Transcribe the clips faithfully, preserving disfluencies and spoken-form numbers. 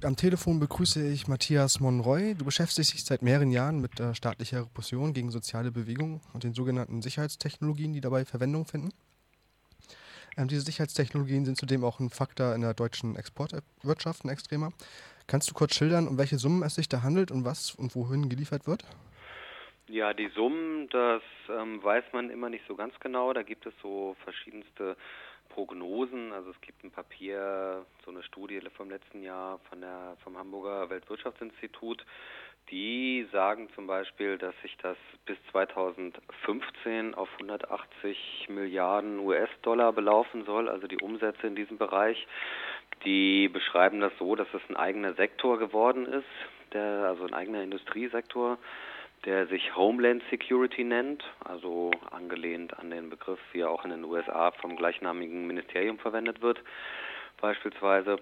Am Telefon begrüße ich Matthias Monroy. Du beschäftigst dich seit mehreren Jahren mit äh, staatlicher Repression gegen soziale Bewegungen und den sogenannten Sicherheitstechnologien, die dabei Verwendung finden. Ähm, diese Sicherheitstechnologien sind zudem auch ein Faktor in der deutschen Exportwirtschaft, ein extremer. Kannst du kurz schildern, um welche Summen es sich da handelt und was und wohin geliefert wird? Ja, die Summen, das ähm, weiß man immer nicht so ganz genau. Da gibt es so verschiedenste Prognosen. Also es gibt ein Papier, so eine Studie vom letzten Jahr von der vom Hamburger Weltwirtschaftsinstitut. Die sagen zum Beispiel, dass sich das bis zweitausendfünfzehn auf hundertachtzig Milliarden U S-Dollar belaufen soll, also die Umsätze in diesem Bereich. Die beschreiben das so, dass es ein eigener Sektor geworden ist, der, also ein eigener Industriesektor, der sich Homeland Security nennt, also angelehnt an den Begriff, wie er auch in den U S A vom gleichnamigen Ministerium verwendet wird, beispielsweise.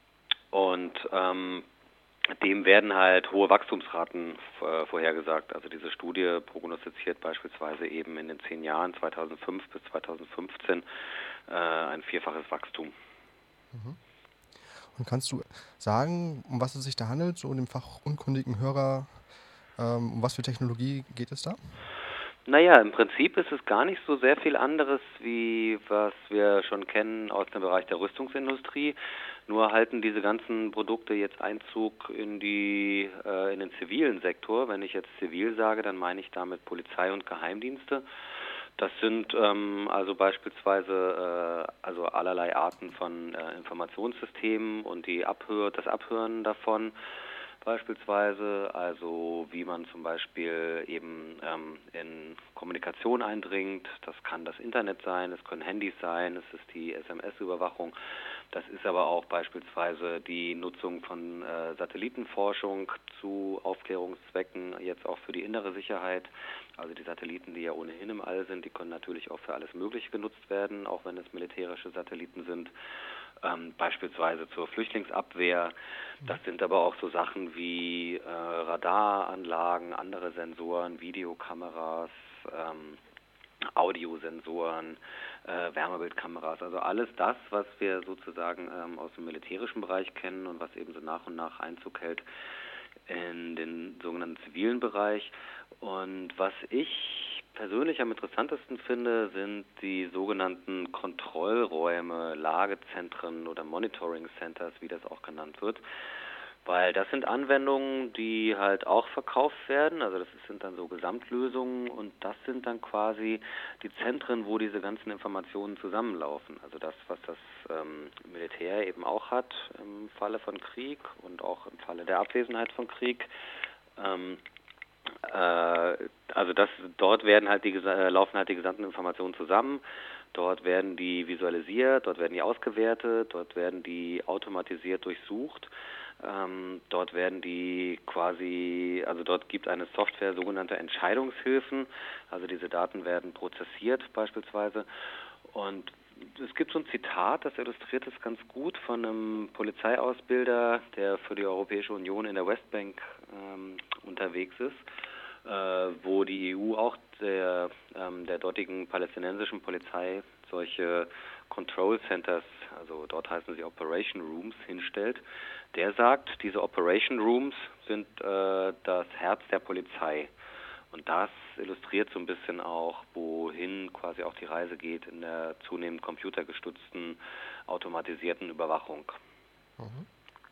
Und ähm, dem werden halt hohe Wachstumsraten äh, vorhergesagt. Also diese Studie prognostiziert beispielsweise eben in den zehn Jahren zweitausendfünf bis zweitausendfünfzehn äh, ein vierfaches Wachstum. Mhm. Und kannst du sagen, um was es sich da handelt, so dem fachunkundigen Hörer, ähm, um was für Technologie geht es da? Naja, im Prinzip ist es gar nicht so sehr viel anderes, wie was wir schon kennen aus dem Bereich der Rüstungsindustrie. Nur halten diese ganzen Produkte jetzt Einzug in die äh, in den zivilen Sektor. Wenn ich jetzt zivil sage, dann meine ich damit Polizei und Geheimdienste. Das sind ähm, also beispielsweise äh, also allerlei Arten von äh, Informationssystemen und die Abhör, das Abhören davon. Beispielsweise, also wie man zum Beispiel eben ähm, in Kommunikation eindringt. Das kann das Internet sein, es können Handys sein, es ist die S M S-Überwachung. Das ist aber auch beispielsweise die Nutzung von äh, Satellitenforschung zu Aufklärungszwecken, jetzt auch für die innere Sicherheit. Also die Satelliten, die ja ohnehin im All sind, die können natürlich auch für alles Mögliche genutzt werden, auch wenn es militärische Satelliten sind. Ähm, beispielsweise zur Flüchtlingsabwehr. Das sind aber auch so Sachen wie äh, Radaranlagen, andere Sensoren, Videokameras, ähm, Audiosensoren, äh, Wärmebildkameras, also alles das, was wir sozusagen ähm, aus dem militärischen Bereich kennen und was eben so nach und nach Einzug hält in den sogenannten zivilen Bereich. Und was ich persönlich am interessantesten finde, sind die sogenannten Kontrollräume, Lagezentren oder Monitoring Centers, wie das auch genannt wird. Weil das sind Anwendungen, die halt auch verkauft werden, also das sind dann so Gesamtlösungen und das sind dann quasi die Zentren, wo diese ganzen Informationen zusammenlaufen. Also das, was das ähm, Militär eben auch hat im Falle von Krieg und auch im Falle der Abwesenheit von Krieg. Ähm, äh, also das, dort werden halt die, äh, laufen halt die gesamten Informationen zusammen. Dort werden die visualisiert, dort werden die ausgewertet, dort werden die automatisiert durchsucht. Ähm, dort werden die quasi, also dort gibt eine Software sogenannte Entscheidungshilfen, also diese Daten werden prozessiert beispielsweise und es gibt so ein Zitat, das illustriert es ganz gut von einem Polizeiausbilder, der für die Europäische Union in der Westbank ähm, unterwegs ist, äh, wo die E U auch der, ähm, der dortigen palästinensischen Polizei solche Control Centers, also dort heißen sie Operation Rooms, hinstellt. Der sagt, diese Operation Rooms sind äh, das Herz der Polizei. Und das illustriert so ein bisschen auch, wohin quasi auch die Reise geht in der zunehmend computergestützten, automatisierten Überwachung. Mhm.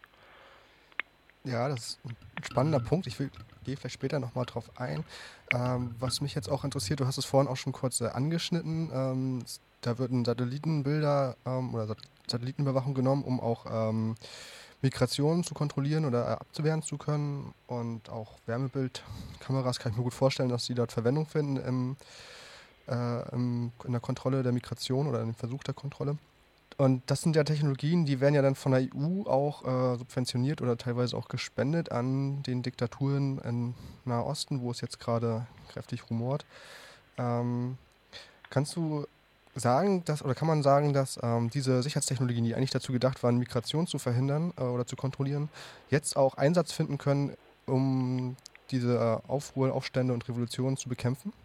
Ja, das ist ein spannender Punkt. Ich will, gehe vielleicht später nochmal drauf ein. Ähm, was mich jetzt auch interessiert, du hast es vorhin auch schon kurz äh, angeschnitten. Ähm, da würden Satellitenbilder ähm, oder Sat- Satellitenüberwachung genommen, um auch ähm, Migrationen zu kontrollieren oder äh, abzuwehren zu können. Und auch Wärmebildkameras kann ich mir gut vorstellen, dass die dort Verwendung finden im, äh, im, in der Kontrolle der Migration oder im Versuch der Kontrolle. Und das sind ja Technologien, die werden ja dann von der E U auch äh, subventioniert oder teilweise auch gespendet an den Diktaturen im Nahosten, wo es jetzt gerade kräftig rumort. Ähm, kannst du sagen, dass, oder kann man sagen, dass ähm, diese Sicherheitstechnologien, die eigentlich dazu gedacht waren, Migration zu verhindern äh, oder zu kontrollieren, jetzt auch Einsatz finden können, um diese äh, Aufruhr, Aufstände und Revolutionen zu bekämpfen?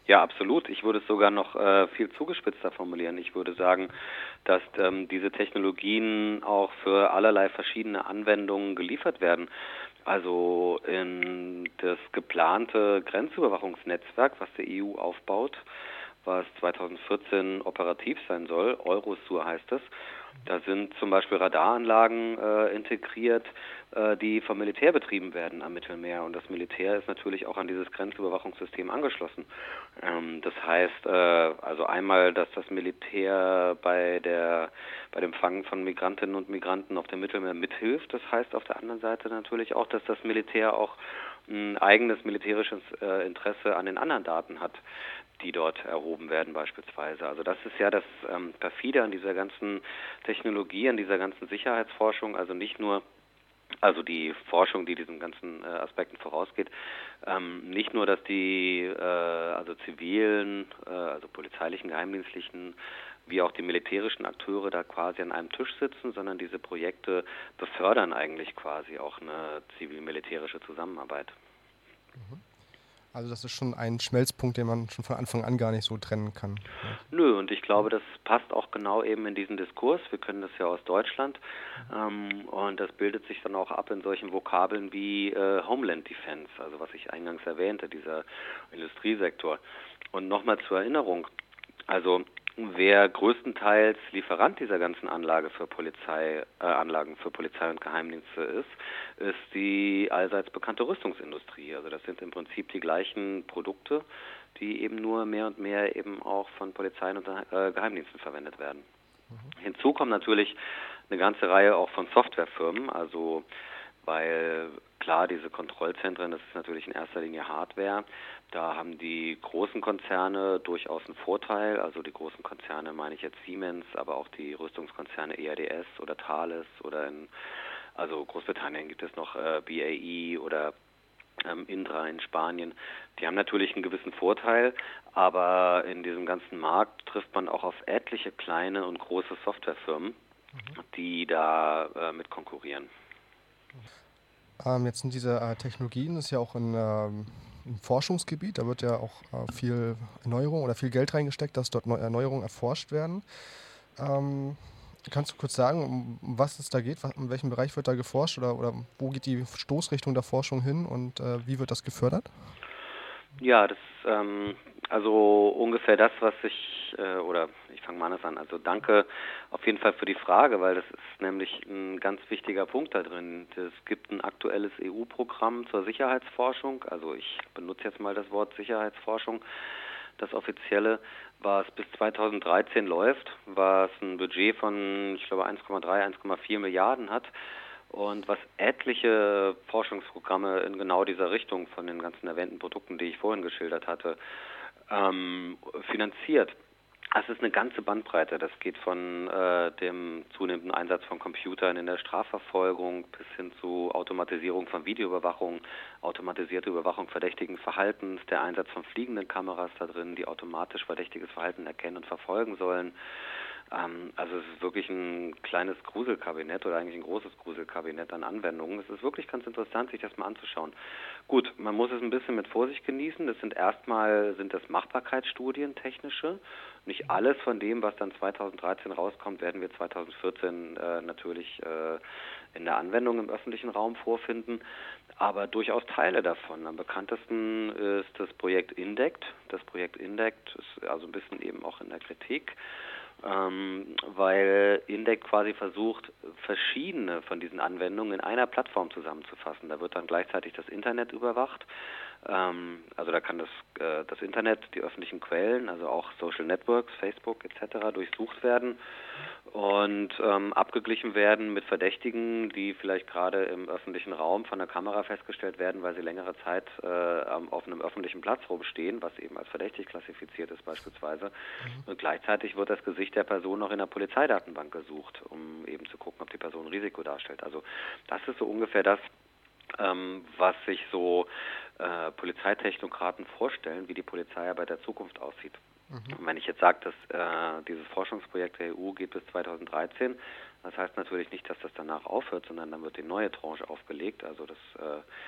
Ja, absolut. Ich würde es sogar noch äh, viel zugespitzter formulieren. Ich würde sagen, dass ähm, diese Technologien auch für allerlei verschiedene Anwendungen geliefert werden. Also in das geplante Grenzüberwachungsnetzwerk, was die E U aufbaut, was zweitausendvierzehn operativ sein soll, Eurosur heißt es. Da sind zum Beispiel Radaranlagen äh, integriert, äh, die vom Militär betrieben werden am Mittelmeer. Und das Militär ist natürlich auch an dieses Grenzüberwachungssystem angeschlossen. Ähm, das heißt, äh, also einmal, dass das Militär bei der bei dem Fangen von Migrantinnen und Migranten auf dem Mittelmeer mithilft. Das heißt auf der anderen Seite natürlich auch, dass das Militär auch ein eigenes militärisches äh, Interesse an den anderen Daten hat, die dort erhoben werden beispielsweise. Also das ist ja das ähm, perfide an dieser ganzen Technologie, an dieser ganzen Sicherheitsforschung, also nicht nur also die Forschung, die diesen ganzen äh, Aspekten vorausgeht, ähm, nicht nur, dass die äh, also zivilen, äh, also polizeilichen, geheimdienstlichen, wie auch die militärischen Akteure da quasi an einem Tisch sitzen, sondern diese Projekte befördern eigentlich quasi auch eine zivil-militärische Zusammenarbeit. Also das ist schon ein Schmelzpunkt, den man schon von Anfang an gar nicht so trennen kann. Nö, und ich glaube, das passt auch genau eben in diesen Diskurs. Wir können das ja aus Deutschland ähm, und das bildet sich dann auch ab in solchen Vokabeln wie äh, Homeland Defense, also was ich eingangs erwähnte, dieser Industriesektor. Und nochmal zur Erinnerung, also wer größtenteils Lieferant dieser ganzen Anlage für Polizei, äh, Anlagen für Polizei und Geheimdienste ist, ist die allseits bekannte Rüstungsindustrie. Also das sind im Prinzip die gleichen Produkte, die eben nur mehr und mehr eben auch von Polizeien und äh, Geheimdiensten verwendet werden. Mhm. Hinzu kommt natürlich eine ganze Reihe auch von Softwarefirmen, also weil klar, diese Kontrollzentren, das ist natürlich in erster Linie Hardware. Da haben die großen Konzerne durchaus einen Vorteil. Also die großen Konzerne meine ich jetzt Siemens, aber auch die Rüstungskonzerne E A D S oder Thales oder in also Großbritannien gibt es noch äh, B A E oder ähm, Indra in Spanien. Die haben natürlich einen gewissen Vorteil, aber in diesem ganzen Markt trifft man auch auf etliche kleine und große Softwarefirmen, mhm. die da äh, mit konkurrieren. Ähm, jetzt sind diese äh, Technologien, das ist ja auch ein, ähm, ein Forschungsgebiet, da wird ja auch äh, viel Erneuerung oder viel Geld reingesteckt, dass dort Neu- Erneuerungen erforscht werden. Ähm, kannst du kurz sagen, um, um was es da geht, was, in welchem Bereich wird da geforscht oder, oder wo geht die Stoßrichtung der Forschung hin und äh, wie wird das gefördert? Ja, das ähm, also ungefähr das, was ich, äh, oder ich fange mal anders an, also danke auf jeden Fall für die Frage, weil das ist nämlich ein ganz wichtiger Punkt da drin. Es gibt ein aktuelles E U-Programm zur Sicherheitsforschung, also ich benutze jetzt mal das Wort Sicherheitsforschung, das offizielle, was bis zweitausenddreizehn läuft, was ein Budget von, ich glaube, eins Komma drei, eins Komma vier Milliarden hat. Und was etliche Forschungsprogramme in genau dieser Richtung von den ganzen erwähnten Produkten, die ich vorhin geschildert hatte, ähm, finanziert. Es ist eine ganze Bandbreite. Das geht von äh, dem zunehmenden Einsatz von Computern in der Strafverfolgung bis hin zu Automatisierung von Videoüberwachung, automatisierte Überwachung verdächtigen Verhaltens, der Einsatz von fliegenden Kameras da drin, die automatisch verdächtiges Verhalten erkennen und verfolgen sollen. Also es ist wirklich ein kleines Gruselkabinett oder eigentlich ein großes Gruselkabinett an Anwendungen. Es ist wirklich ganz interessant, sich das mal anzuschauen. Gut, man muss es ein bisschen mit Vorsicht genießen. Das sind erstmal sind das Machbarkeitsstudien, technische. Nicht alles von dem, was dann zweitausenddreizehn rauskommt, werden wir zweitausendvierzehn äh, natürlich äh, in der Anwendung im öffentlichen Raum vorfinden, aber durchaus Teile davon. Am bekanntesten ist das Projekt INDECT. Das Projekt INDECT ist also ein bisschen eben auch in der Kritik. Ähm, weil INDECT quasi versucht, verschiedene von diesen Anwendungen in einer Plattform zusammenzufassen. Da wird dann gleichzeitig das Internet überwacht. Ähm, also da kann das, äh, das Internet, die öffentlichen Quellen, also auch Social Networks, Facebook et cetera durchsucht werden und ähm, abgeglichen werden mit Verdächtigen, die vielleicht gerade im öffentlichen Raum von der Kamera festgestellt werden, weil sie längere Zeit äh, auf einem öffentlichen Platz rumstehen, was eben als verdächtig klassifiziert ist beispielsweise. Mhm. Und gleichzeitig wird das Gesicht der Person noch in der Polizeidatenbank gesucht, um eben zu gucken, ob die Person ein Risiko darstellt. Also das ist so ungefähr das, ähm, was sich so äh, Polizeitechnokraten vorstellen, wie die Polizeiarbeit der Zukunft aussieht. Und wenn ich jetzt sage, dass äh, dieses Forschungsprojekt der E U geht bis zweitausenddreizehn, das heißt natürlich nicht, dass das danach aufhört, sondern dann wird die neue Tranche aufgelegt. Also das äh,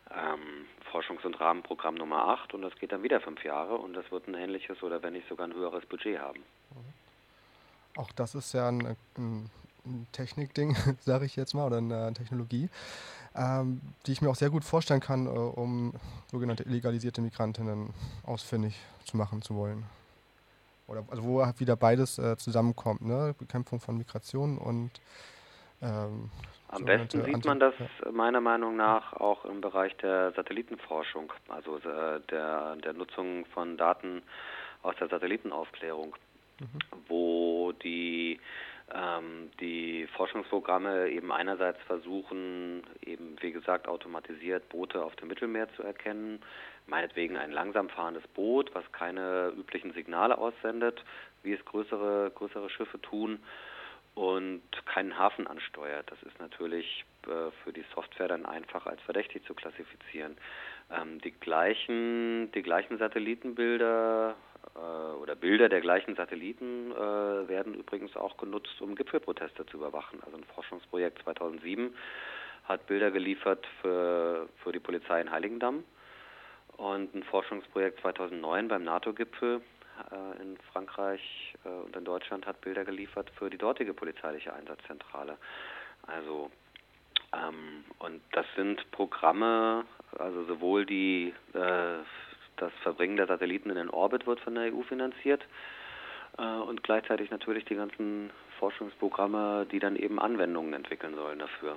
ähm, Forschungs- und Rahmenprogramm Nummer acht und das geht dann wieder fünf Jahre und das wird ein ähnliches oder wenn nicht sogar ein höheres Budget haben. Auch das ist ja ein, ein, ein Technikding, sage ich jetzt mal, oder eine Technologie, ähm, die ich mir auch sehr gut vorstellen kann, äh, um sogenannte illegalisierte Migrantinnen ausfindig zu machen zu wollen. Oder also wo halt wieder beides äh, zusammenkommt, ne? Bekämpfung von Migration und ähm, Am besten sogenannte sieht Anti... man das Ja. meiner Meinung nach auch im Bereich der Satellitenforschung, also äh, der, der Nutzung von Daten aus der Satellitenaufklärung, Mhm. wo die, ähm, die Forschungsprogramme eben einerseits versuchen, eben wie gesagt automatisiert Boote auf dem Mittelmeer zu erkennen, meinetwegen ein langsam fahrendes Boot, was keine üblichen Signale aussendet, wie es größere, größere Schiffe tun, und keinen Hafen ansteuert. Das ist natürlich äh, für die Software dann einfach als verdächtig zu klassifizieren. Ähm, die gleichen, die gleichen Satellitenbilder äh, oder Bilder der gleichen Satelliten äh, werden übrigens auch genutzt, um Gipfelproteste zu überwachen. Also ein Forschungsprojekt zweitausendsieben hat Bilder geliefert für, für die Polizei in Heiligendamm und ein Forschungsprojekt zweitausendneun beim NATO-Gipfel in Frankreich und in Deutschland hat Bilder geliefert für die dortige polizeiliche Einsatzzentrale. Also ähm, und das sind Programme, also sowohl die äh, das Verbringen der Satelliten in den Orbit wird von der E U finanziert äh, und gleichzeitig natürlich die ganzen Forschungsprogramme, die dann eben Anwendungen entwickeln sollen dafür.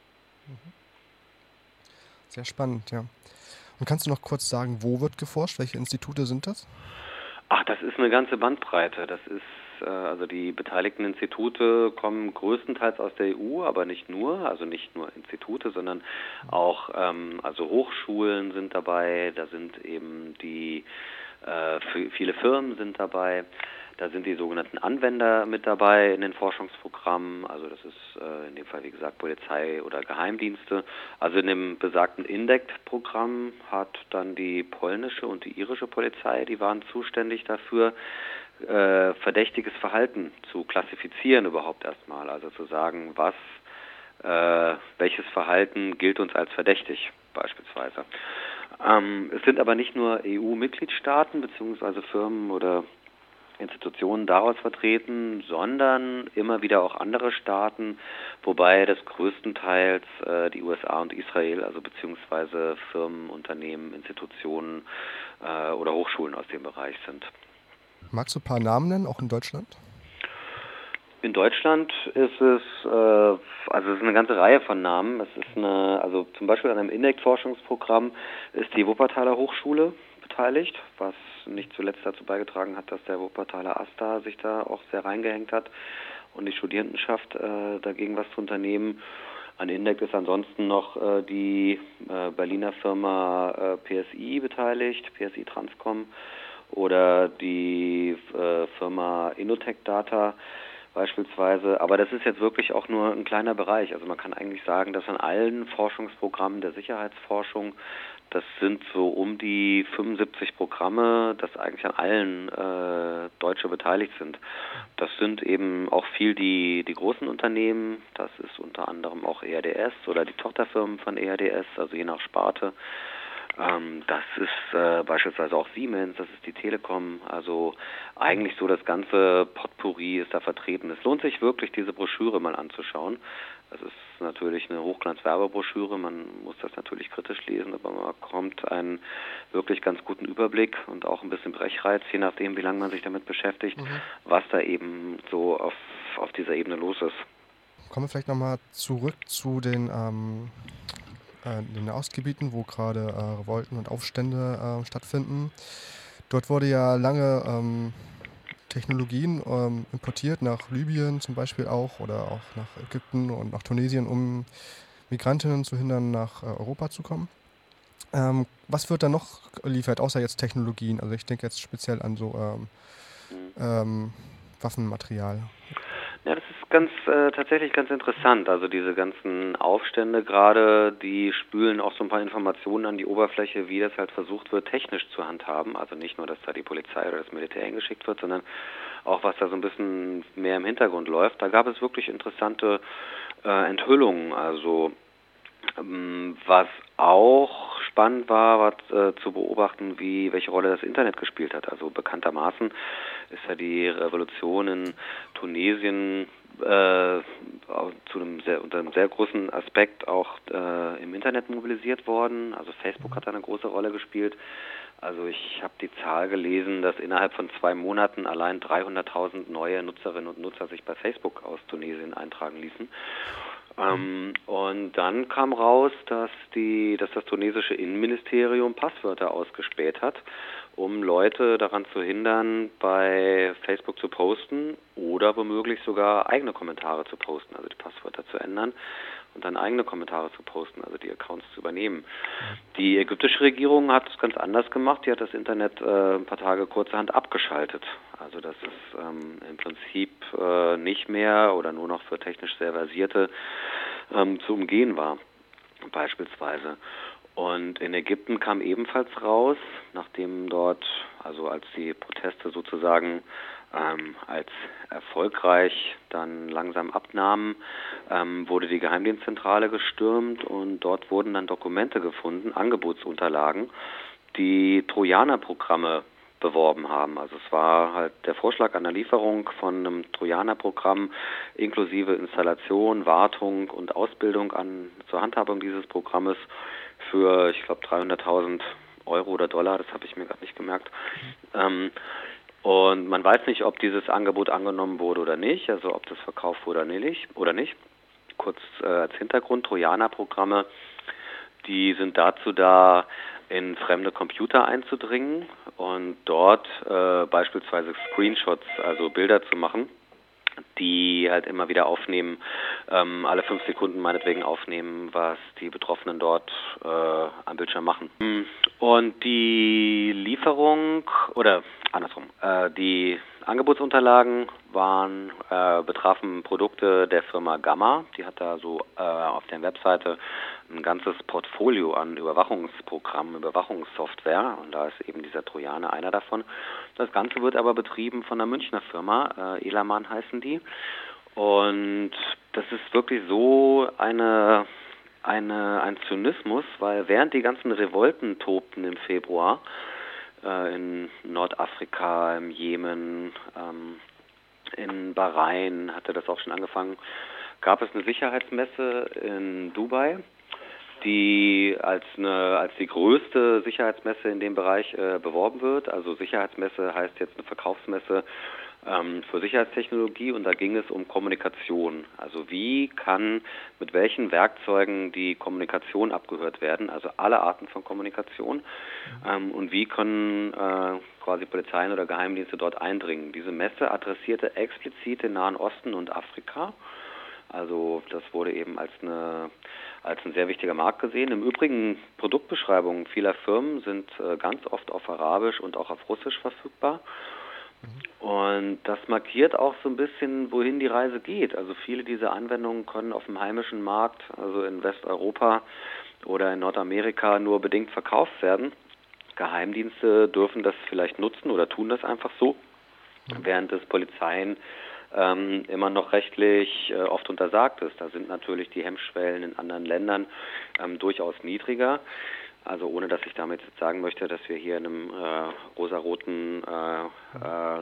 Sehr spannend, ja. Und kannst du noch kurz sagen, wo wird geforscht? Welche Institute sind das? Ach, das ist eine ganze Bandbreite. Das ist, äh, also die beteiligten Institute kommen größtenteils aus der E U, aber nicht nur, also nicht nur Institute, sondern auch, ähm, also Hochschulen sind dabei, da sind eben die, äh, viele Firmen sind dabei. Da sind die sogenannten Anwender mit dabei in den Forschungsprogrammen, also das ist äh, in dem Fall wie gesagt Polizei oder Geheimdienste. Also in dem besagten INDECT-Programm hat dann die polnische und die irische Polizei, die waren zuständig dafür, äh, verdächtiges Verhalten zu klassifizieren überhaupt erstmal, also zu sagen, was, äh, welches Verhalten gilt uns als verdächtig beispielsweise. Ähm, es sind aber nicht nur E U-Mitgliedstaaten beziehungsweise Firmen oder Institutionen daraus vertreten, sondern immer wieder auch andere Staaten, wobei das größtenteils äh, die U S A und Israel, also beziehungsweise Firmen, Unternehmen, Institutionen äh, oder Hochschulen aus dem Bereich sind. Magst du ein paar Namen nennen, auch in Deutschland? In Deutschland ist es, äh, also es ist eine ganze Reihe von Namen. Es ist eine, also zum Beispiel an einem INDECT-Forschungsprogramm ist die Wuppertaler Hochschule beteiligt, was nicht zuletzt dazu beigetragen hat, dass der Wuppertaler AStA sich da auch sehr reingehängt hat und die Studierendenschaft äh, dagegen was zu unternehmen. An INDECT ist ansonsten noch äh, die äh, Berliner Firma äh, P S I beteiligt, P S I Transcom, oder die äh, Firma Innotech Data beispielsweise, aber das ist jetzt wirklich auch nur ein kleiner Bereich. Also man kann eigentlich sagen, dass an allen Forschungsprogrammen der Sicherheitsforschung, das sind so um die fünfundsiebzig Programme, dass eigentlich an allen äh, Deutsche beteiligt sind. Das sind eben auch viel die, die großen Unternehmen, das ist unter anderem auch E R D S oder die Tochterfirmen von E R D S, also je nach Sparte. Ähm, das ist äh, beispielsweise auch Siemens, das ist die Telekom, also eigentlich so das ganze Potpourri ist da vertreten. Es lohnt sich wirklich, diese Broschüre mal anzuschauen. Das ist natürlich eine Hochglanz-Werbebroschüre, man muss das natürlich kritisch lesen, aber man bekommt einen wirklich ganz guten Überblick und auch ein bisschen Brechreiz, je nachdem, wie lange man sich damit beschäftigt, mhm. was da eben so auf, auf dieser Ebene los ist. Kommen wir vielleicht nochmal zurück zu den ähm in den Nahostgebieten, wo gerade äh, Revolten und Aufstände äh, stattfinden. Dort wurde ja lange ähm, Technologien ähm, importiert, nach Libyen zum Beispiel auch oder auch nach Ägypten und nach Tunesien, um Migrantinnen zu hindern, nach äh, Europa zu kommen. Ähm, was wird da noch geliefert, außer jetzt Technologien? Also ich denke jetzt speziell an so ähm, ähm, Waffenmaterial. Ja, das ist ganz äh, tatsächlich ganz interessant. Also diese ganzen Aufstände gerade, die spülen auch so ein paar Informationen an die Oberfläche, wie das halt versucht wird, technisch zu handhaben. Also nicht nur, dass da die Polizei oder das Militär hingeschickt wird, sondern auch, was da so ein bisschen mehr im Hintergrund läuft. Da gab es wirklich interessante äh, Enthüllungen. Also ähm, was auch spannend war, war äh, zu beobachten, wie welche Rolle das Internet gespielt hat. Also bekanntermaßen ist ja die Revolution in Tunesien äh, zu einem sehr, unter einem sehr großen Aspekt auch äh, im Internet mobilisiert worden. Also Facebook hat da eine große Rolle gespielt. Also ich habe die Zahl gelesen, dass innerhalb von zwei Monaten allein dreihunderttausend neue Nutzerinnen und Nutzer sich bei Facebook aus Tunesien eintragen ließen. Ähm, und dann kam raus, dass die, dass das tunesische Innenministerium Passwörter ausgespäht hat, um Leute daran zu hindern, bei Facebook zu posten oder womöglich sogar eigene Kommentare zu posten, also die Passwörter zu ändern und dann eigene Kommentare zu posten, also die Accounts zu übernehmen. Die ägyptische Regierung hat es ganz anders gemacht. Die hat das Internet äh, ein paar Tage kurzerhand abgeschaltet. Also dass es ähm, im Prinzip äh, nicht mehr oder nur noch für technisch sehr versierte ähm, zu umgehen war, beispielsweise. Und in Ägypten kam ebenfalls raus, nachdem dort, also als die Proteste sozusagen ähm, als erfolgreich dann langsam abnahmen, ähm, wurde die Geheimdienstzentrale gestürmt und dort wurden dann Dokumente gefunden, Angebotsunterlagen, die Trojaner-Programme beworben haben. Also es war halt der Vorschlag einer Lieferung von einem Trojaner-Programm inklusive Installation, Wartung und Ausbildung an zur Handhabung dieses Programmes für, ich glaube, dreihunderttausend Euro oder Dollar, das habe ich mir gerade nicht gemerkt. Ähm, und man weiß nicht, ob dieses Angebot angenommen wurde oder nicht, also ob das verkauft wurde oder nicht. Oder nicht. Kurz äh, als Hintergrund, Trojaner-Programme, die sind dazu da, in fremde Computer einzudringen und dort äh, beispielsweise Screenshots, also Bilder zu machen, die halt immer wieder aufnehmen, ähm, alle fünf Sekunden meinetwegen aufnehmen, was die Betroffenen dort äh, am Bildschirm machen. Und die Lieferung, oder andersrum, äh, die Angebotsunterlagen waren, äh, betrafen Produkte der Firma Gamma. Die hat da so äh, auf der Webseite ein ganzes Portfolio an Überwachungsprogrammen, Überwachungssoftware, und da ist eben dieser Trojaner einer davon. Das Ganze wird aber betrieben von einer Münchner Firma, äh, Elaman heißen die, und das ist wirklich so eine, eine, ein Zynismus, weil während die ganzen Revolten tobten im Februar, äh, in Nordafrika, im Jemen, ähm, in Bahrain hatte das auch schon angefangen, gab es eine Sicherheitsmesse in Dubai, die als eine als die größte Sicherheitsmesse in dem Bereich äh, beworben wird. Also Sicherheitsmesse heißt jetzt eine Verkaufsmesse ähm, für Sicherheitstechnologie, und da ging es um Kommunikation. Also wie kann mit welchen Werkzeugen die Kommunikation abgehört werden, also alle Arten von Kommunikation, ähm, und wie können äh, quasi Polizeien oder Geheimdienste dort eindringen. Diese Messe adressierte explizit den Nahen Osten und Afrika. Also das wurde eben als eine als ein sehr wichtiger Markt gesehen. Im Übrigen, Produktbeschreibungen vieler Firmen sind äh, ganz oft auf Arabisch und auch auf Russisch verfügbar. Mhm. Und das markiert auch so ein bisschen, wohin die Reise geht. Also viele dieser Anwendungen können auf dem heimischen Markt, also in Westeuropa oder in Nordamerika, nur bedingt verkauft werden. Geheimdienste dürfen das vielleicht nutzen oder tun das einfach so, mhm. während es Polizeien Ähm, immer noch rechtlich äh, oft untersagt ist. Da sind natürlich die Hemmschwellen in anderen Ländern ähm, durchaus niedriger. Also ohne, dass ich damit jetzt sagen möchte, dass wir hier in einem äh, rosaroten äh, äh,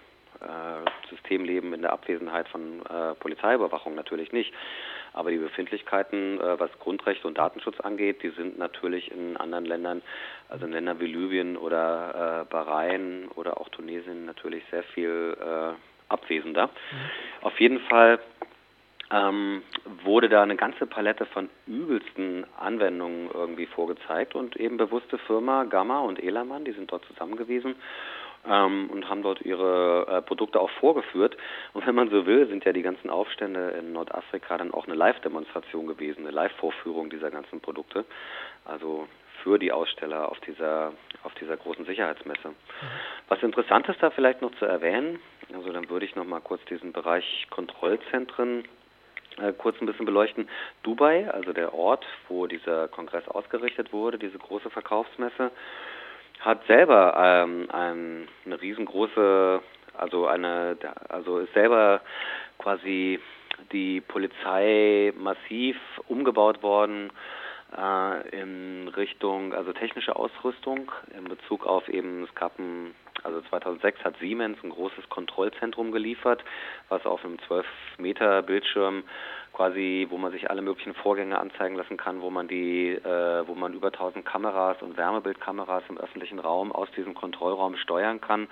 äh, System leben in der Abwesenheit von äh, Polizeiüberwachung, natürlich nicht. Aber die Befindlichkeiten, äh, was Grundrechte und Datenschutz angeht, die sind natürlich in anderen Ländern, also in Ländern wie Libyen oder äh, Bahrain oder auch Tunesien, natürlich sehr viel äh, abwesender. Mhm. Auf jeden Fall ähm, wurde da eine ganze Palette von übelsten Anwendungen irgendwie vorgezeigt, und eben bewusste Firma Gamma und Elaman, die sind dort zusammen gewesen ähm, und haben dort ihre äh, Produkte auch vorgeführt. Und wenn man so will, sind ja die ganzen Aufstände in Nordafrika dann auch eine Live-Demonstration gewesen, eine Live-Vorführung dieser ganzen Produkte. Also für die Aussteller auf dieser auf dieser großen Sicherheitsmesse. Mhm. Was interessant ist da vielleicht noch zu erwähnen, also dann würde ich noch mal kurz diesen Bereich Kontrollzentren äh, kurz ein bisschen beleuchten. Dubai, also der Ort, wo dieser Kongress ausgerichtet wurde, diese große Verkaufsmesse, hat selber ähm, ein, eine riesengroße, also eine, also ist selber quasi die Polizei massiv umgebaut worden, äh, in Richtung, also technische Ausrüstung in Bezug auf eben, es gab ein, also zweitausendsechs hat Siemens ein großes Kontrollzentrum geliefert, was auf einem zwölf Meter Bildschirm quasi, wo man sich alle möglichen Vorgänge anzeigen lassen kann, wo man die, äh, wo man über tausend Kameras und Wärmebildkameras im öffentlichen Raum aus diesem Kontrollraum steuern kann.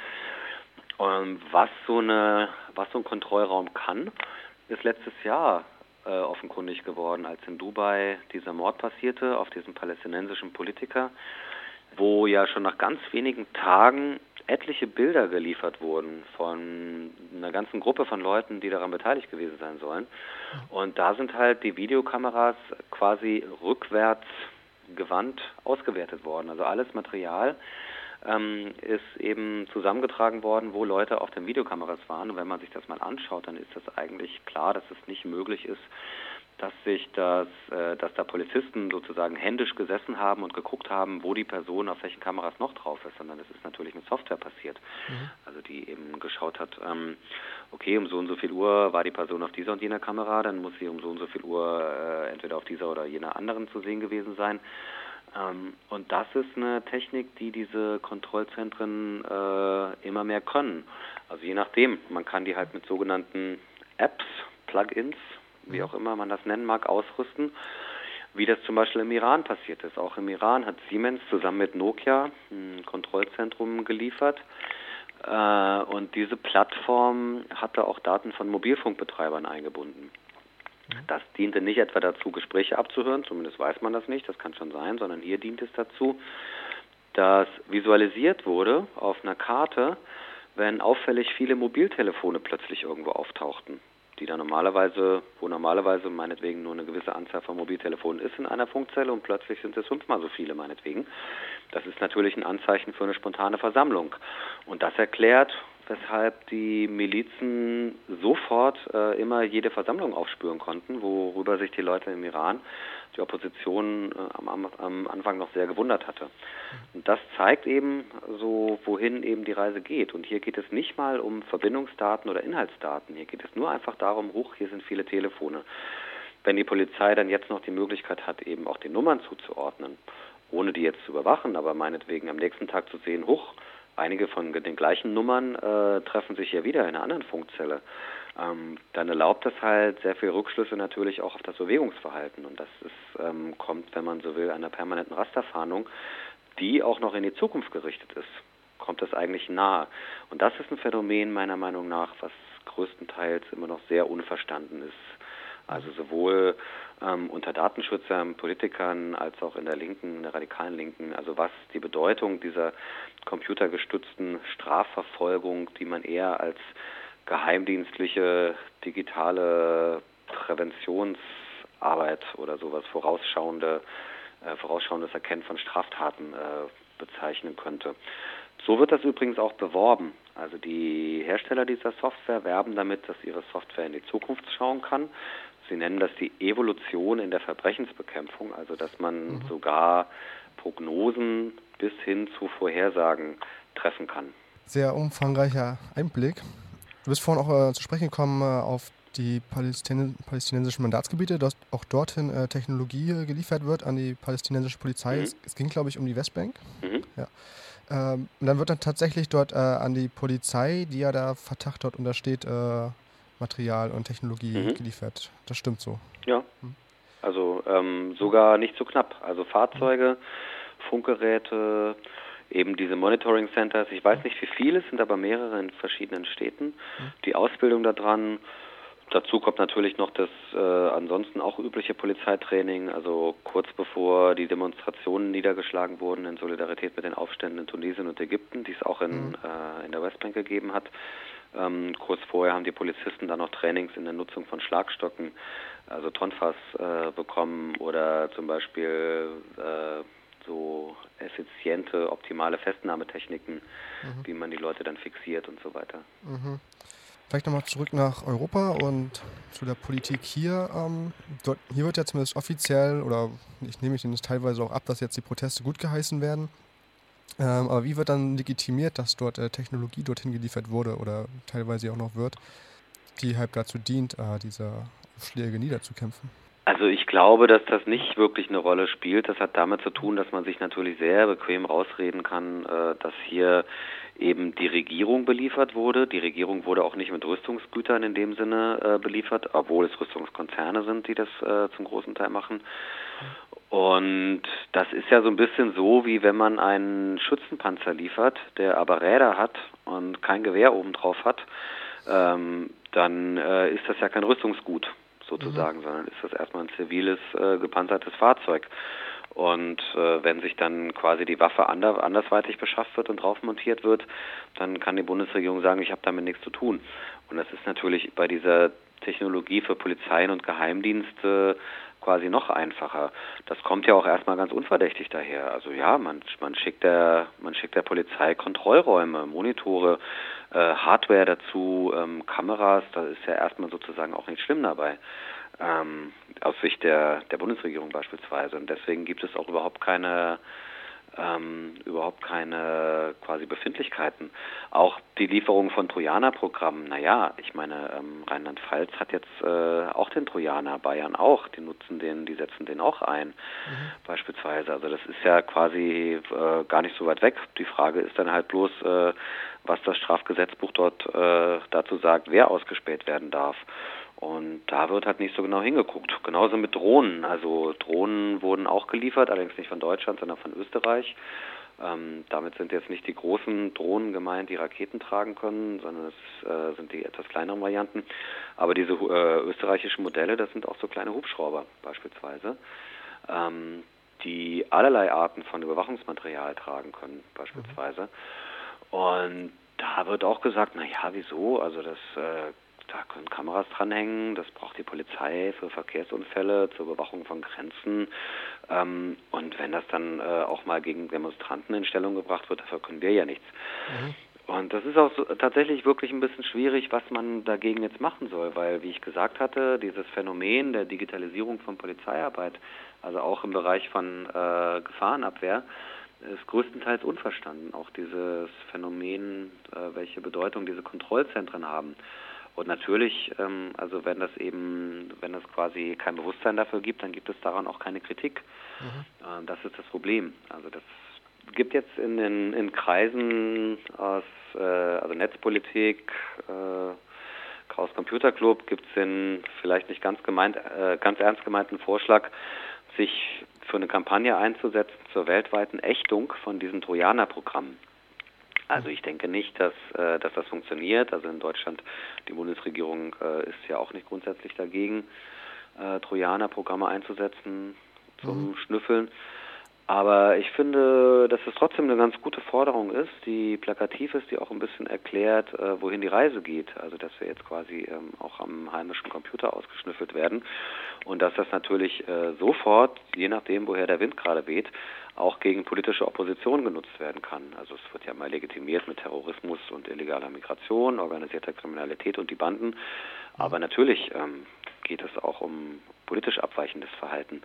Und was so eine, was so ein Kontrollraum kann, ist letztes Jahr äh, offenkundig geworden, als in Dubai dieser Mord passierte auf diesen palästinensischen Politiker, wo ja schon nach ganz wenigen Tagen etliche Bilder geliefert wurden von einer ganzen Gruppe von Leuten, die daran beteiligt gewesen sein sollen. Und da sind halt die Videokameras quasi rückwärts gewandt ausgewertet worden. Also alles Material ähm, ist eben zusammengetragen worden, wo Leute auf den Videokameras waren. Und wenn man sich das mal anschaut, dann ist das eigentlich klar, dass es nicht möglich ist, dass sich das, äh, dass da Polizisten sozusagen händisch gesessen haben und geguckt haben, wo die Person auf welchen Kameras noch drauf ist, sondern das ist natürlich mit Software passiert. Mhm. Also die eben geschaut hat, ähm, okay, um so und so viel Uhr war die Person auf dieser und jener Kamera, dann muss sie um so und so viel Uhr äh, entweder auf dieser oder jener anderen zu sehen gewesen sein. Ähm, und das ist eine Technik, die diese Kontrollzentren äh, immer mehr können. Also je nachdem, man kann die halt mit sogenannten Apps, Plugins, wie auch immer man das nennen mag, ausrüsten, wie das zum Beispiel im Iran passiert ist. Auch im Iran hat Siemens zusammen mit Nokia ein Kontrollzentrum geliefert äh, und diese Plattform hatte auch Daten von Mobilfunkbetreibern eingebunden. Das diente nicht etwa dazu, Gespräche abzuhören, zumindest weiß man das nicht, das kann schon sein, sondern hier dient es dazu, dass visualisiert wurde auf einer Karte, wenn auffällig viele Mobiltelefone plötzlich irgendwo auftauchten, die da normalerweise, wo normalerweise meinetwegen nur eine gewisse Anzahl von Mobiltelefonen ist in einer Funkzelle und plötzlich sind es fünfmal so viele meinetwegen. Das ist natürlich ein Anzeichen für eine spontane Versammlung. Und das erklärt, weshalb die Milizen sofort äh, immer jede Versammlung aufspüren konnten, worüber sich die Leute im Iran, die Opposition äh, am, am Anfang noch sehr gewundert hatte. Und das zeigt eben so, wohin eben die Reise geht. Und hier geht es nicht mal um Verbindungsdaten oder Inhaltsdaten. Hier geht es nur einfach darum, hoch, hier sind viele Telefone. Wenn die Polizei dann jetzt noch die Möglichkeit hat, eben auch die Nummern zuzuordnen, ohne die jetzt zu überwachen, aber meinetwegen am nächsten Tag zu sehen, hoch, einige von den gleichen Nummern äh, treffen sich ja wieder in einer anderen Funkzelle. Ähm, dann erlaubt das halt sehr viel Rückschlüsse natürlich auch auf das Bewegungsverhalten. Und das ist, ähm, kommt, wenn man so will, einer permanenten Rasterfahndung, die auch noch in die Zukunft gerichtet ist, kommt das eigentlich nahe. Und das ist ein Phänomen meiner Meinung nach, was größtenteils immer noch sehr unverstanden ist. Also sowohl ähm, unter Datenschützern, Politikern als auch in der Linken, in der radikalen Linken, also was die Bedeutung dieser computergestützten Strafverfolgung, die man eher als geheimdienstliche digitale Präventionsarbeit oder sowas vorausschauende, äh, vorausschauendes Erkennen von Straftaten äh, bezeichnen könnte. So wird das übrigens auch beworben. Also die Hersteller dieser Software werben damit, dass ihre Software in die Zukunft schauen kann. Sie nennen das die Evolution in der Verbrechensbekämpfung, also dass man mhm. sogar Prognosen bis hin zu Vorhersagen treffen kann. Sehr umfangreicher Einblick. Du bist vorhin auch äh, zu sprechen gekommen äh, auf die Palästin- palästinensischen Mandatsgebiete, dass auch dorthin äh, Technologie äh, geliefert wird an die palästinensische Polizei. Mhm. Es, es ging, glaube ich, um die Westbank. Mhm. Ja. Ähm, und dann wird dann tatsächlich dort äh, an die Polizei, die ja da Verdacht dort untersteht, äh, Material und Technologie mhm. geliefert. Das stimmt so. Ja, mhm. also ähm, sogar nicht so knapp. Also Fahrzeuge, mhm. Funkgeräte, eben diese Monitoring Centers. Ich weiß nicht, wie viele, es sind aber mehrere in verschiedenen Städten. Mhm. Die Ausbildung daran. Dazu kommt natürlich noch das äh, ansonsten auch übliche Polizeitraining, also kurz bevor die Demonstrationen niedergeschlagen wurden in Solidarität mit den Aufständen in Tunesien und Ägypten, die es auch in, mhm. äh, in der Westbank gegeben hat. Ähm, kurz vorher haben die Polizisten dann noch Trainings in der Nutzung von Schlagstocken, also Tonfas äh, bekommen oder zum Beispiel äh, so effiziente, optimale Festnahmetechniken, mhm. wie man die Leute dann fixiert und so weiter. Mhm. Vielleicht nochmal zurück nach Europa und zu der Politik hier. Ähm, dort, hier wird ja zumindest offiziell, oder ich nehme ich das teilweise auch ab, dass jetzt die Proteste gut geheißen werden. Ähm, aber wie wird dann legitimiert, dass dort äh, Technologie dorthin geliefert wurde oder teilweise auch noch wird, die halt dazu dient, äh, diese Aufschläge niederzukämpfen? Also ich glaube, dass das nicht wirklich eine Rolle spielt. Das hat damit zu tun, dass man sich natürlich sehr bequem rausreden kann, äh, dass hier eben die Regierung beliefert wurde. Die Regierung wurde auch nicht mit Rüstungsgütern in dem Sinne äh, beliefert, obwohl es Rüstungskonzerne sind, die das äh, zum großen Teil machen. Und das ist ja so ein bisschen so, wie wenn man einen Schützenpanzer liefert, der aber Räder hat und kein Gewehr oben drauf hat, ähm, dann äh, ist das ja kein Rüstungsgut sozusagen, mhm. sondern ist das erstmal ein ziviles, äh, gepanzertes Fahrzeug. Und äh, wenn sich dann quasi die Waffe ander, andersweitig beschafft wird und drauf montiert wird, dann kann die Bundesregierung sagen, ich habe damit nichts zu tun. Und das ist natürlich bei dieser Technologie für Polizeien und Geheimdienste quasi noch einfacher. Das kommt ja auch erstmal ganz unverdächtig daher. Also ja, man, man schickt der, man schickt der Polizei Kontrollräume, Monitore, äh, Hardware dazu, ähm, Kameras, da ist ja erstmal sozusagen auch nichts schlimm dabei. Ähm, aus Sicht der, der Bundesregierung beispielsweise. Und deswegen gibt es auch überhaupt keine ähm, überhaupt keine quasi Befindlichkeiten. Auch die Lieferung von Trojaner-Programmen, naja, ich meine, ähm, Rheinland-Pfalz hat jetzt äh, auch den Trojaner, Bayern auch, die nutzen den, die setzen den auch ein, mhm. beispielsweise. Also das ist ja quasi äh, gar nicht so weit weg. Die Frage ist dann halt bloß, äh, was das Strafgesetzbuch dort äh, dazu sagt, wer ausgespäht werden darf. Und da wird halt nicht so genau hingeguckt. Genauso mit Drohnen. Also Drohnen wurden auch geliefert, allerdings nicht von Deutschland, sondern von Österreich. Ähm, damit sind jetzt nicht die großen Drohnen gemeint, die Raketen tragen können, sondern es äh, sind die etwas kleineren Varianten. Aber diese äh, österreichischen Modelle, das sind auch so kleine Hubschrauber beispielsweise, ähm, die allerlei Arten von Überwachungsmaterial tragen können beispielsweise. Mhm. Und da wird auch gesagt, na ja, wieso? Also das äh, Da können Kameras dranhängen, das braucht die Polizei für Verkehrsunfälle, zur Überwachung von Grenzen. Ähm, und wenn das dann äh, auch mal gegen Demonstranten in Stellung gebracht wird, dafür können wir ja nichts. Mhm. Und das ist auch so, tatsächlich wirklich ein bisschen schwierig, was man dagegen jetzt machen soll, weil, wie ich gesagt hatte, dieses Phänomen der Digitalisierung von Polizeiarbeit, also auch im Bereich von äh, Gefahrenabwehr, ist größtenteils unverstanden. Auch dieses Phänomen, äh, welche Bedeutung diese Kontrollzentren haben. Und natürlich, ähm, also wenn das eben, wenn es quasi kein Bewusstsein dafür gibt, dann gibt es daran auch keine Kritik. Mhm. Äh, das ist das Problem. Also das gibt jetzt in den in Kreisen aus, äh, also Netzpolitik, äh, Chaos Computer Club, gibt es den vielleicht nicht ganz gemeint, äh, ganz ernst gemeinten Vorschlag, sich für eine Kampagne einzusetzen zur weltweiten Ächtung von diesen Trojaner-Programmen. Also ich denke nicht, dass, äh, dass das funktioniert. Also in Deutschland, die Bundesregierung äh, ist ja auch nicht grundsätzlich dagegen, äh, Trojaner-Programme einzusetzen zum mhm. Schnüffeln. Aber ich finde, dass es trotzdem eine ganz gute Forderung ist, die plakativ ist, die auch ein bisschen erklärt, äh, wohin die Reise geht. Also dass wir jetzt quasi ähm, auch am heimischen Computer ausgeschnüffelt werden und dass das natürlich äh, sofort, je nachdem, woher der Wind gerade weht, auch gegen politische Opposition genutzt werden kann. Also es wird ja mal legitimiert mit Terrorismus und illegaler Migration, organisierter Kriminalität und die Banden. Aber natürlich ähm, geht es auch um politisch abweichendes Verhalten.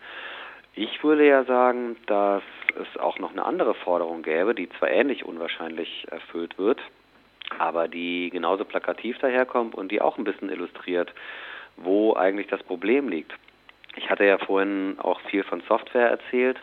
Ich würde ja sagen, dass es auch noch eine andere Forderung gäbe, die zwar ähnlich unwahrscheinlich erfüllt wird, aber die genauso plakativ daherkommt und die auch ein bisschen illustriert, wo eigentlich das Problem liegt. Ich hatte ja vorhin auch viel von Software erzählt.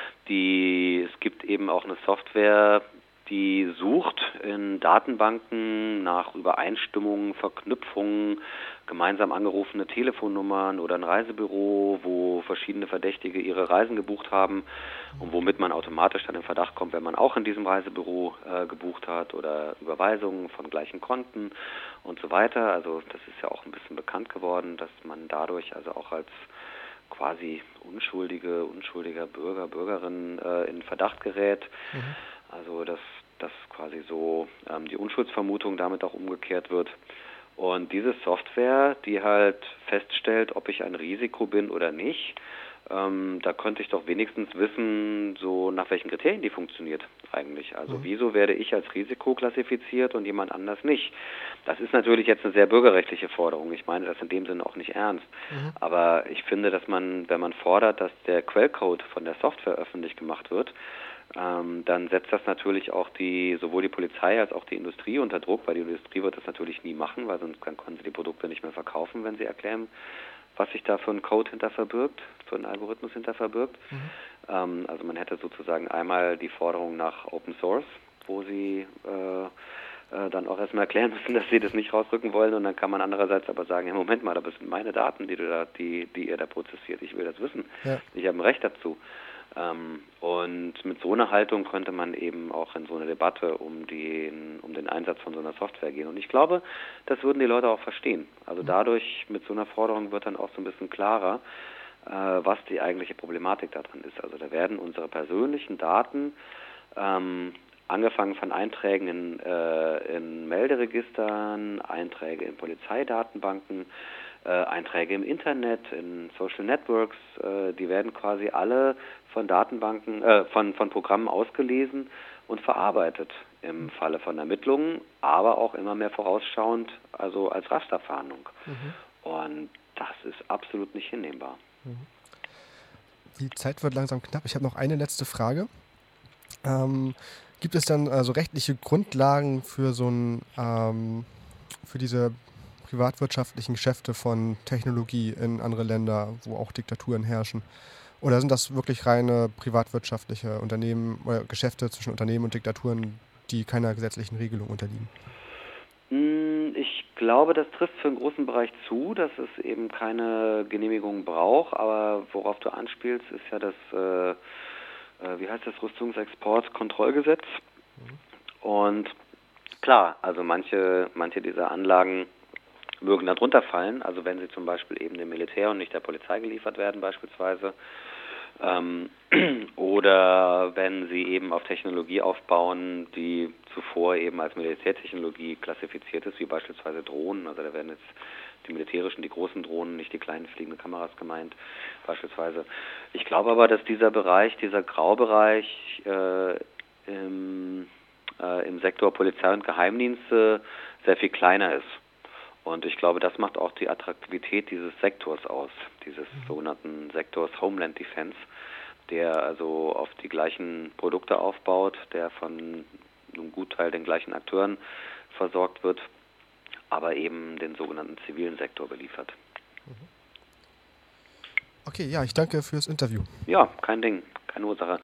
Die, es gibt eben auch eine Software, die sucht in Datenbanken nach Übereinstimmungen, Verknüpfungen, gemeinsam angerufene Telefonnummern oder ein Reisebüro, wo verschiedene Verdächtige ihre Reisen gebucht haben und womit man automatisch dann in Verdacht kommt, wenn man auch in diesem Reisebüro äh, gebucht hat oder Überweisungen von gleichen Konten und so weiter. Also das ist ja auch ein bisschen bekannt geworden, dass man dadurch also auch als quasi unschuldige, unschuldiger Bürger, Bürgerin äh, in Verdacht gerät. Mhm. Also dass, dass quasi so ähm, die Unschuldsvermutung damit auch umgekehrt wird. Und diese Software, die halt feststellt, ob ich ein Risiko bin oder nicht, ähm, da könnte ich doch wenigstens wissen, so nach welchen Kriterien die funktioniert eigentlich. Also mhm. wieso werde ich als Risiko klassifiziert und jemand anders nicht? Das ist natürlich jetzt eine sehr bürgerrechtliche Forderung. Ich meine das in dem Sinne auch nicht ernst. Mhm. Aber ich finde, dass man, wenn man fordert, dass der Quellcode von der Software öffentlich gemacht wird, Ähm, dann setzt das natürlich auch die sowohl die Polizei als auch die Industrie unter Druck, weil die Industrie wird das natürlich nie machen, weil sonst können sie die Produkte nicht mehr verkaufen, wenn sie erklären, was sich da für ein Code hinter verbirgt, für einen Algorithmus hinter verbirgt. Mhm. Ähm, also man hätte sozusagen einmal die Forderung nach Open Source, wo sie äh, äh, dann auch erstmal erklären müssen, dass sie das nicht rausrücken wollen, und dann kann man andererseits aber sagen, ja, Moment mal, das sind meine Daten, die du da, die, die ihr da prozessiert, ich will das wissen, Ja. ich habe ein Recht dazu. Ähm, und mit so einer Haltung könnte man eben auch in so eine Debatte um den, um den Einsatz von so einer Software gehen. Und ich glaube, das würden die Leute auch verstehen. Also dadurch, mit so einer Forderung wird dann auch so ein bisschen klarer, äh, was die eigentliche Problematik daran ist. Also da werden unsere persönlichen Daten, ähm, angefangen von Einträgen in, äh, in Melderegistern, Einträge in Polizeidatenbanken, äh, Einträge im Internet, in Social Networks, äh, die werden quasi alle von Datenbanken, äh, von, von Programmen ausgelesen und verarbeitet im Falle von Ermittlungen, aber auch immer mehr vorausschauend, also als Rasterfahndung. Mhm. Und das ist absolut nicht hinnehmbar. Die Zeit wird langsam knapp. Ich habe noch eine letzte Frage. Ähm, gibt es dann also rechtliche Grundlagen für so ein, ähm, für diese privatwirtschaftlichen Geschäfte von Technologie in andere Länder, wo auch Diktaturen herrschen? Oder sind das wirklich reine privatwirtschaftliche Unternehmen oder Geschäfte zwischen Unternehmen und Diktaturen, die keiner gesetzlichen Regelung unterliegen? Ich glaube, das trifft für einen großen Bereich zu, dass es eben keine Genehmigung braucht, aber worauf du anspielst, ist ja das, äh, äh, wie heißt das, Rüstungsexportkontrollgesetz. Mhm. Und klar, also manche, manche dieser Anlagen mögen da drunter fallen, also wenn sie zum Beispiel eben dem Militär und nicht der Polizei geliefert werden beispielsweise, ähm, oder wenn sie eben auf Technologie aufbauen, die zuvor eben als Militärtechnologie klassifiziert ist, wie beispielsweise Drohnen, also da werden jetzt die militärischen, die großen Drohnen, nicht die kleinen fliegenden Kameras gemeint, beispielsweise. Ich glaube aber, dass dieser Bereich, dieser Graubereich äh, im, äh, im Sektor Polizei und Geheimdienste sehr viel kleiner ist. Und ich glaube, das macht auch die Attraktivität dieses Sektors aus, dieses sogenannten Sektors Homeland Defense, der also auf die gleichen Produkte aufbaut, der von einem Gutteil den gleichen Akteuren versorgt wird, aber eben den sogenannten zivilen Sektor beliefert. Okay, ja, ich danke fürs Interview. Ja, kein Ding, keine Ursache.